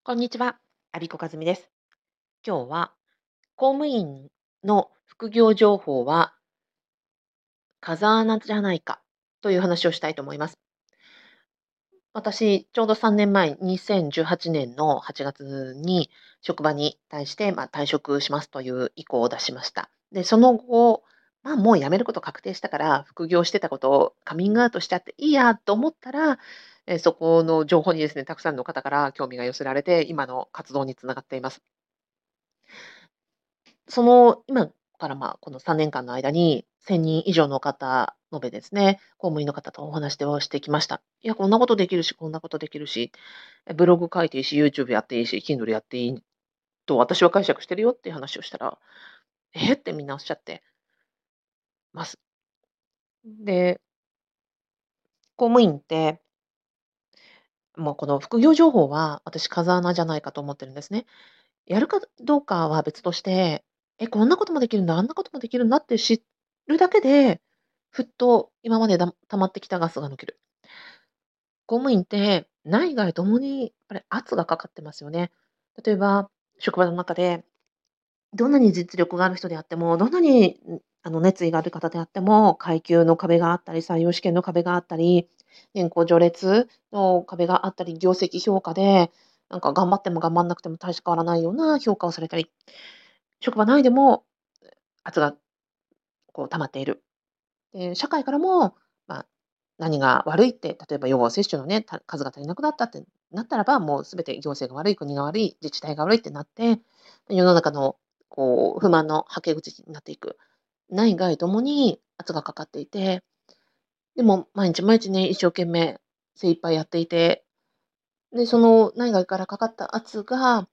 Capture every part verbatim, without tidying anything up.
こんにちは、アビコカズミです。今日は公務員の副業情報は風穴じゃないかという話をしたいと思います。私、ちょうどさんねんまえ、にせんじゅうはちねんのはちがつに職場に対して、まあ、退職しますという意向を出しました。で、その後、まあ、もう辞めること確定したから、副業してたことをカミングアウトしちゃっていいやと思ったら、えーそこの情報にですね、たくさんの方から興味が寄せられて、今の活動につながっています。その、今からまあ、このさんねんかんの間に、せんにん以上の方のべですね、公務員の方とお話をしてきました。いや、こんなことできるし、こんなことできるし、え、ブログ書いていいし、YouTube やっていいし、Kindle やっていいと私は解釈してるよっていう話をしたら、えってみんなおっしゃってます。で、公務員って、もうこの副業情報は私風穴じゃないかと思ってるんですね。やるかどうかは別として、え、こんなこともできるんだ、あんなこともできるんだって知るだけで、ふっと今までだ溜まってきたガスが抜ける。公務員って内外ともにやっぱり圧がかかってますよね。例えば、職場の中でどんなに実力がある人であっても、どんなに、ん、あの、熱意がある方であっても、階級の壁があったり、採用試験の壁があったり、年功序列の壁があったり、業績評価で、なんか頑張っても頑張んなくても大して変わらないような評価をされたり、職場内でも圧がこう溜まっている。で、社会からも、まあ、何が悪いって、例えば予防接種のね、た数が足りなくなったってなったらば、もうすべて行政が悪い、国が悪い、自治体が悪いってなって、世の中のこう不満のはけ口になっていく。内外ともに圧がかかっていて、でも毎日毎日ね、一生懸命精一杯やっていて、で、その内外からかかった圧が、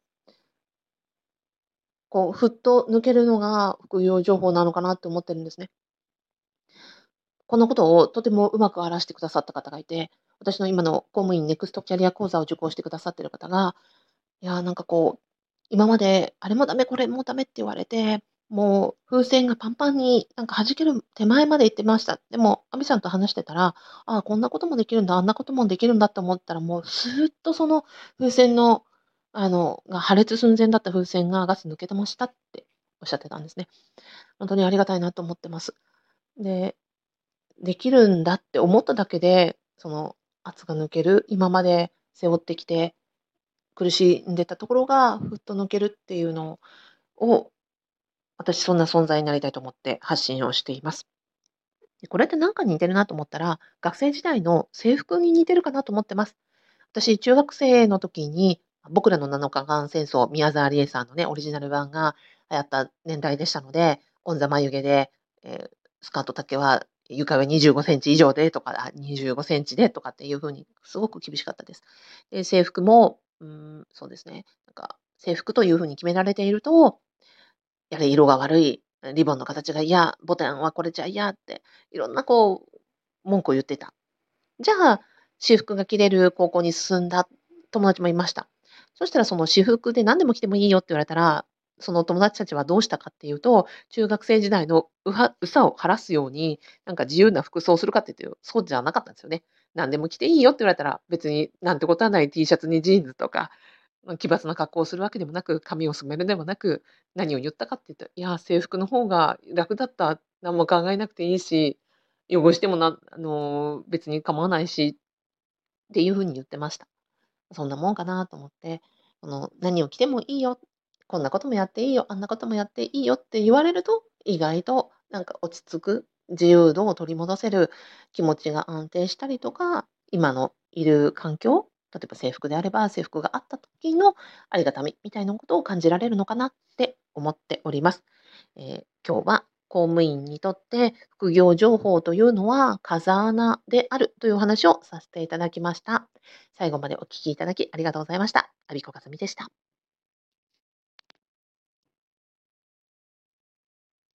こうふっと抜けるのが副業情報なのかなって思ってるんですね。このことをとてもうまく表してくださった方がいて、私の今の公務員ネクストキャリア講座を受講してくださっている方が、いや、なんかこう、今まであれもダメ、これもダメって言われて、もう風船がパンパンになんか弾ける手前まで行ってました。でも、亜美さんと話してたら、ああ、こんなこともできるんだ、あんなこともできるんだと思ったら、もうスーッとその風船の、あの、が破裂寸前だった風船がガス抜けてましたっておっしゃってたんですね。本当にありがたいなと思ってます。で、できるんだって思っただけで、その圧が抜ける、今まで背負ってきて苦しんでたところがふっと抜けるっていうのを、私そんな存在になりたいと思って発信をしています。で、これってなんかに似てるなと思ったら、学生時代の制服に似てるかなと思ってます。私、中学生の時に、僕らのなのかかん戦争、宮沢りえさんのね、オリジナル版が流行った年代でしたので、オンザ眉毛で、えースカート丈は床上にじゅうごセンチ以上でとか、あ、にじゅうごセンチでとかっていう風にすごく厳しかったです。で、制服も、うーん、そうですね、なんか制服という風に決められていると、やれ色が悪い、リボンの形が嫌、ボタンはこれじゃ嫌って、いろんなこう文句を言ってた。じゃあ、私服が着れる高校に進んだ友達もいました。そしたらその私服で何でも着てもいいよって言われたら、その友達たちはどうしたかっていうと、中学生時代のうはうさを晴らすように、なんか自由な服装をするかっていうと、そうじゃなかったんですよね。何でも着ていいよって言われたら、別になんてことはない T シャツにジーンズとか、ま、奇抜な格好をするわけでもなく、髪を染めるでもなく、何を言ったかっていうと、いや、制服の方が楽だった、何も考えなくていいし、汚してもなあの、別に構わないしっていう風に言ってました。そんなもんかなと思って、その、何を着てもいいよ、こんなこともやっていいよ、あんなこともやっていいよって言われると、意外となんか落ち着く、自由度を取り戻せる、気持ちが安定したりとか、今のいる環境、例えば制服であれば、制服があった時のありがたみみたいなことを感じられるのかなって思っております。えー今日は公務員にとって副業情報というのは風穴であるというお話をさせていただきました。最後までお聞きいただきありがとうございました。アビコカズミでした。